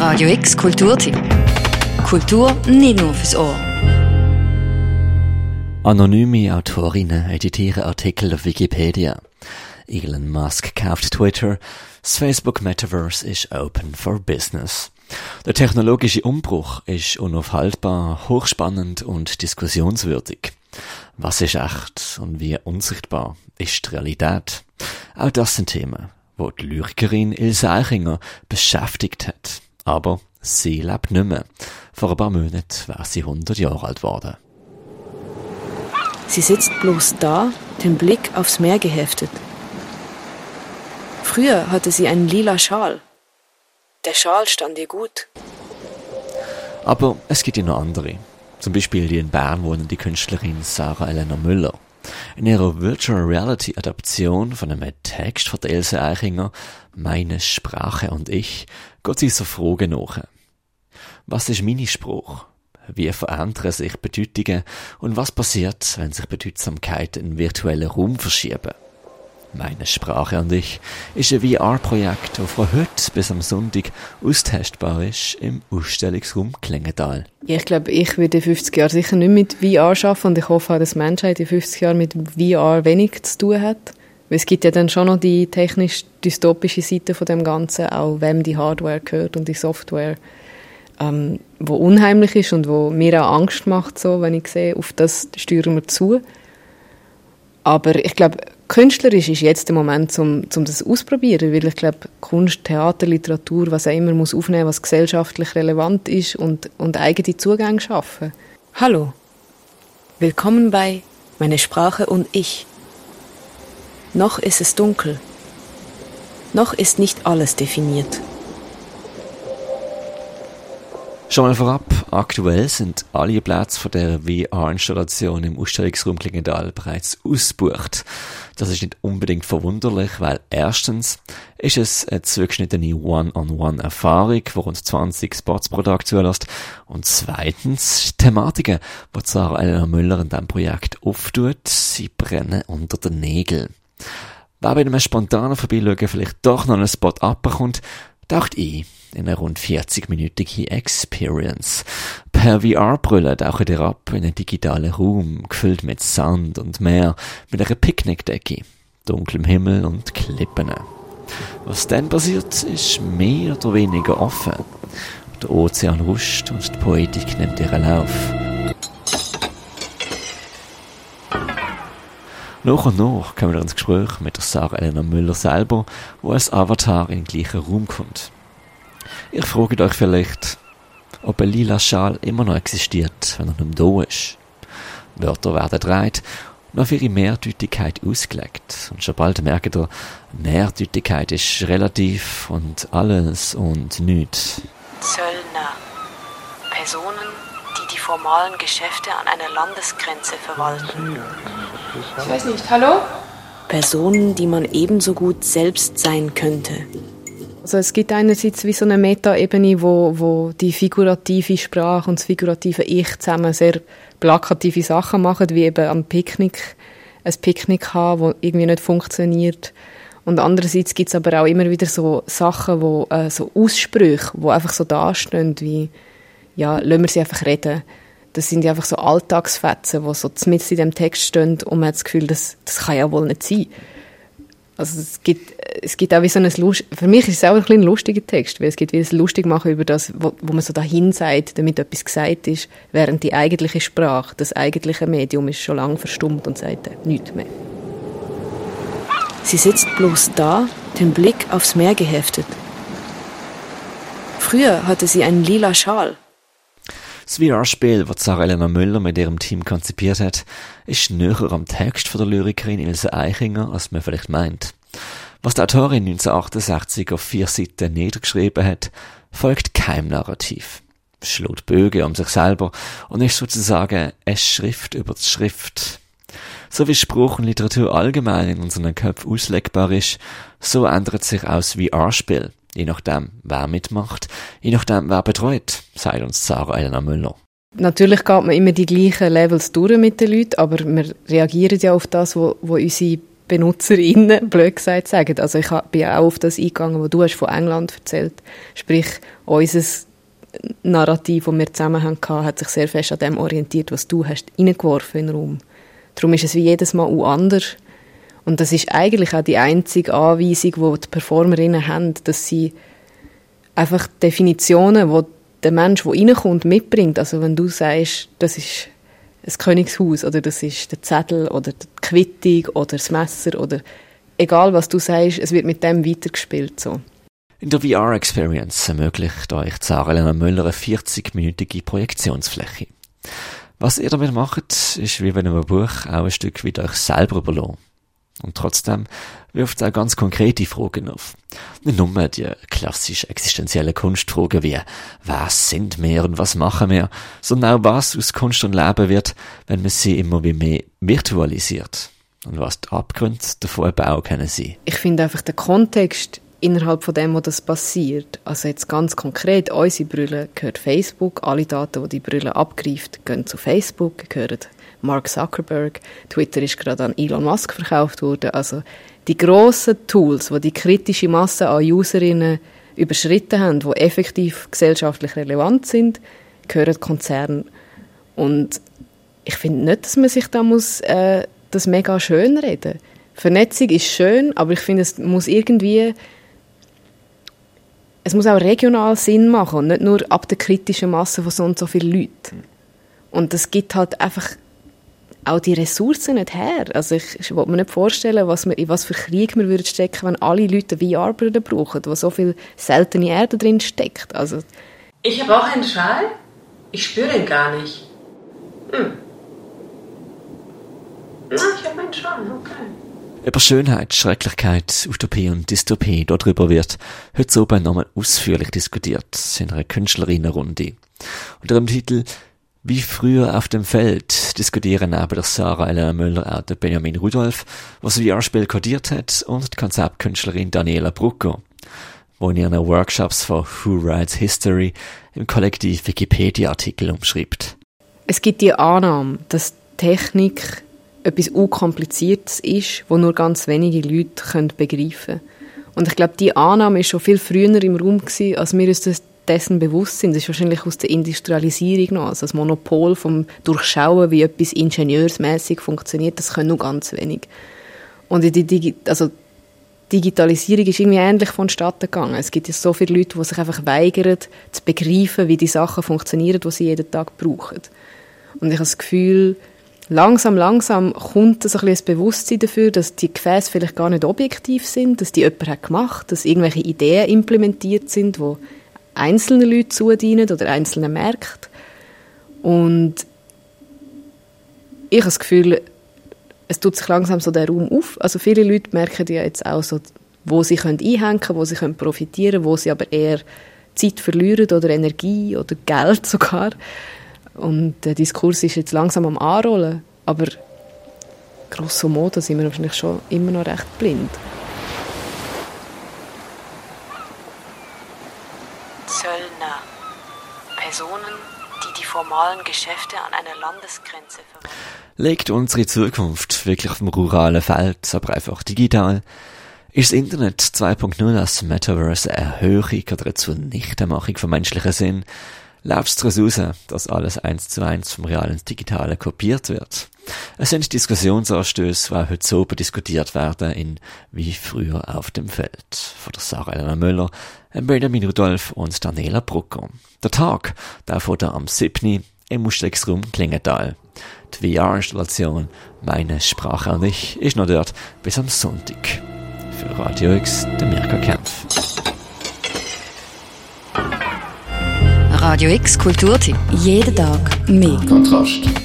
Radio X Kulturtipp. Kultur nicht nur fürs Ohr. Anonyme Autorinnen editieren Artikel auf Wikipedia. Elon Musk kauft Twitter. Das Facebook-Metaverse ist open for business. Der technologische Umbruch ist unaufhaltbar, hochspannend und diskussionswürdig. Was ist echt und wie unsichtbar ist die Realität? Auch das sind Themen, die die Lyrikerin Ilse Eichinger beschäftigt hat. Aber sie lebt nicht mehr. Vor ein paar Monaten war sie 100 Jahre alt geworden. Sie sitzt bloß da, den Blick aufs Meer geheftet. Früher hatte sie einen lila Schal. Der Schal stand ihr gut. Aber es gibt ja noch andere. Zum Beispiel die in Bern wohnende Künstlerin Sarah Elena Müller. In ihrer Virtual Reality Adaption von einem Text von der Ilse Eichinger, «Meine Sprache und ich», geht sie so Fragen nach. Was ist meine Sprache? Wie verändern sich Bedeutungen? Und was passiert, wenn sich Bedeutsamkeiten in virtuellen Raum verschieben? «Meine Sprache und ich» ist ein VR-Projekt, das von heute bis am Sonntag austestbar ist im Ausstellungsraum Klingenthal. Ja, ich glaube, ich würde in 50 Jahren sicher nicht mit VR arbeiten und ich hoffe auch, dass die Menschheit in 50 Jahren mit VR wenig zu tun hat. Weil es gibt ja dann schon noch die technisch-dystopische Seite von dem Ganzen, auch wem die Hardware gehört und die Software, wo unheimlich ist und wo mir auch Angst macht, so, wenn ich sehe, auf das steuern wir zu. Aber ich glaube, künstlerisch ist jetzt der Moment, um das auszuprobieren, weil ich glaube, Kunst, Theater, Literatur, was auch immer, muss aufnehmen, was gesellschaftlich relevant ist und eigene Zugänge schaffen. Hallo, willkommen bei «Meine Sprache und ich». Noch ist es dunkel. Noch ist nicht alles definiert. Schon mal vorab, aktuell sind alle Plätze von der VR-Installation im Ausstellungsraum Klingenthal bereits ausgebucht. Das ist nicht unbedingt verwunderlich, weil erstens ist es eine zugeschnittene One-on-One-Erfahrung, die rund 20 Spots pro Tag zulässt, und zweitens die Thematiken, die Sarah Elena Müller in diesem Projekt auftut, sie brennen unter den Nägeln. Wer bei einem spontanen Vorbeischauen vielleicht doch noch einen Spot abbekommt, taucht ein in eine rund 40-minütige Experience. Per VR-Brille taucht ihr ab in einen digitalen Raum, gefüllt mit Sand und Meer, mit einer Picknickdecke, dunklem Himmel und Klippen. Was dann passiert, ist mehr oder weniger offen. Der Ozean ruscht und die Poetik nimmt ihren Lauf. Nach und nach kommen wir ins Gespräch mit der Sarah Elena Müller selber, die als Avatar in den gleichen Raum kommt. Ihr fragt euch vielleicht, ob ein lila Schal immer noch existiert, wenn er nicht mehr da ist. Wörter werden gedreht und auf ihre Mehrdeutigkeit ausgelegt. Und schon bald merkt ihr, Mehrdeutigkeit ist relativ und alles und nichts. Zöllner. Personen, die die formalen Geschäfte an einer Landesgrenze verwalten. Ich weiß nicht, hallo? Personen, die man ebenso gut selbst sein könnte. Also es gibt einerseits wie so eine Meta-Ebene, wo die figurative Sprache und das figurative Ich zusammen sehr plakative Sachen machen, wie eben am Picknick, ein Picknick haben, das irgendwie nicht funktioniert. Und andererseits gibt es aber auch immer wieder so Sachen, so Aussprüche, die einfach so dastehen, wie, ja, lassen wir sie einfach reden. Das sind ja einfach so Alltagsfetzen, die so mitten in dem Text stehen und man hat das Gefühl, das kann ja wohl nicht sein. Also es gibt auch wie so für mich ist es auch ein bisschen ein lustiger Text, weil es gibt wie ein lustig machen über das, wo man so dahin sagt, damit etwas gesagt ist, während die eigentliche Sprache, das eigentliche Medium ist schon lange verstummt und sagt nichts mehr. Sie sitzt bloß da, den Blick aufs Meer geheftet. Früher hatte sie einen lila Schal. Das VR-Spiel, das Sarah Elena Müller mit ihrem Team konzipiert hat, ist näher am Text von der Lyrikerin Ilse Eichinger, als man vielleicht meint. Was die Autorin 1968 auf 4 Seiten niedergeschrieben hat, folgt keinem Narrativ. Es schlägt Bögen um sich selber und ist sozusagen eine Schrift über die Schrift. So wie Spruch und Literatur allgemein in unseren Köpfen auslegbar ist, so ändert sich auch das VR-Spiel. Je nachdem, wer mitmacht, je nachdem, wer betreut, sagt uns Sarah Elena Müller. Natürlich geht man immer die gleichen Levels durch mit den Leuten, aber wir reagieren ja auf das, wo unsere BenutzerInnen, blöd gesagt, sagen. Also ich bin ja auch auf das eingegangen, was du hast von England erzählt. Sprich, unser Narrativ, das wir zusammen hatten, hat sich sehr fest an dem orientiert, was du hast reingeworfen in den Raum. Darum ist es wie jedes Mal auch anders. Und das ist eigentlich auch die einzige Anweisung, die die PerformerInnen haben, dass sie einfach Definitionen, die der Mensch, der reinkommt, mitbringt. Also wenn du sagst, das ist ein Königshaus oder das ist der Zettel oder die Quittung oder das Messer oder egal, was du sagst, es wird mit dem weitergespielt. So. In der VR-Experience ermöglicht euch Sarah-Elena Müller eine 40-minütige Projektionsfläche. Was ihr damit macht, ist wie wenn ihr ein Buch auch ein Stück weit euch selber überlassen. Und trotzdem wirft es auch ganz konkrete Fragen auf. Nicht nur die klassisch existenziellen Kunstfragen wie was sind wir und was machen wir, sondern auch was aus Kunst und Leben wird, wenn man sie immer wie mehr virtualisiert. Und was die Abgründe davon eben auch können sein. Ich finde einfach den Kontext innerhalb von dem, wo das passiert. Also jetzt ganz konkret, unsere Brille gehört Facebook, alle Daten, die die Brille abgreift, gehen zu Facebook, gehören Mark Zuckerberg, Twitter ist gerade an Elon Musk verkauft worden. Also die grossen Tools, die kritische Masse an Userinnen überschritten haben, die effektiv gesellschaftlich relevant sind, gehören Konzernen. Und ich finde nicht, dass man sich da muss das mega schön reden. Vernetzung ist schön, aber ich finde, es muss auch regional Sinn machen und nicht nur ab der kritischen Masse von so und so vielen Leuten. Und das gibt halt einfach auch die Ressourcen nicht her. Also ich will mir nicht vorstellen, in was für Krieg wir würden stecken, wenn alle Leute VR-Brille brauchen, wo so viel seltene Erde drin steckt. Also ich habe auch einen Schal. Ich spüre ihn gar nicht. Na, ich habe einen Schal, okay. Über Schönheit, Schrecklichkeit, Utopie und Dystopie, darüber wird heute oben nochmal ausführlich diskutiert in einer Künstlerinnenrunde. Unter dem Titel Wie früher auf dem Feld diskutieren neben der Sarah-Elena Müller auch der Benjamin Rudolph, was VR-Spiel kodiert hat, und die Konzeptkünstlerin Daniela Brucco, die in ihren Workshops von Who Writes History im Kollektiv Wikipedia-Artikel umschreibt. Es gibt die Annahme, dass Technik etwas Unkompliziertes ist, wo nur ganz wenige Leute begreifen können. Und ich glaube, die Annahme war schon viel früher im Raum gewesen, als wir uns dessen bewusst sind. Das ist wahrscheinlich aus der Industrialisierung noch. Also das Monopol vom Durchschauen, wie etwas ingenieursmässig funktioniert, das können nur ganz wenig. Und Digitalisierung ist irgendwie ähnlich vonstatten gegangen. Es gibt ja so viele Leute, die sich einfach weigern, zu begreifen, wie die Sachen funktionieren, die sie jeden Tag brauchen. Und ich habe das Gefühl, langsam kommt so ein bisschen das Bewusstsein dafür, dass die Gefäße vielleicht gar nicht objektiv sind, dass die jemand hat gemacht, dass irgendwelche Ideen implementiert sind, die einzelnen Leuten zudienen oder einzelnen Märkten. Und ich habe das Gefühl, es tut sich langsam so der Raum auf. Also viele Leute merken ja jetzt auch so, wo sie einhängen können, wo sie profitieren können, wo sie aber eher Zeit verlieren oder Energie oder Geld sogar. Und der Diskurs ist jetzt langsam am Anrollen. Aber grosso modo sind wir wahrscheinlich schon immer noch recht blind. Zöllner. Personen, die formalen Geschäfte an einer Landesgrenze verwalten. Liegt unsere Zukunft wirklich auf dem ruralen Feld, aber einfach digital? Ist das Internet 2.0 als Metaverse eine Erhöhung oder eine Zunichtemachung vom menschlichen Sinn? Läuft es daraus raus, dass alles 1:1 vom Realen ins Digitale kopiert wird? Es sind Diskussionsanstöße, die auch heute so diskutiert werden in Wie früher auf dem Feld. Von der Sarah-Elena Müller, Benjamin Rudolph und Daniela Brucco. Der Tag, der von der am 7. im Ausstellungsraum Klingenthal. Die VR-Installation «Meine Sprache an dich» ist noch dort bis am Sonntag. Für Radio X, der Mirka Kempf. Radio X Kulturtipp. Jeden Tag mehr. Kontrast.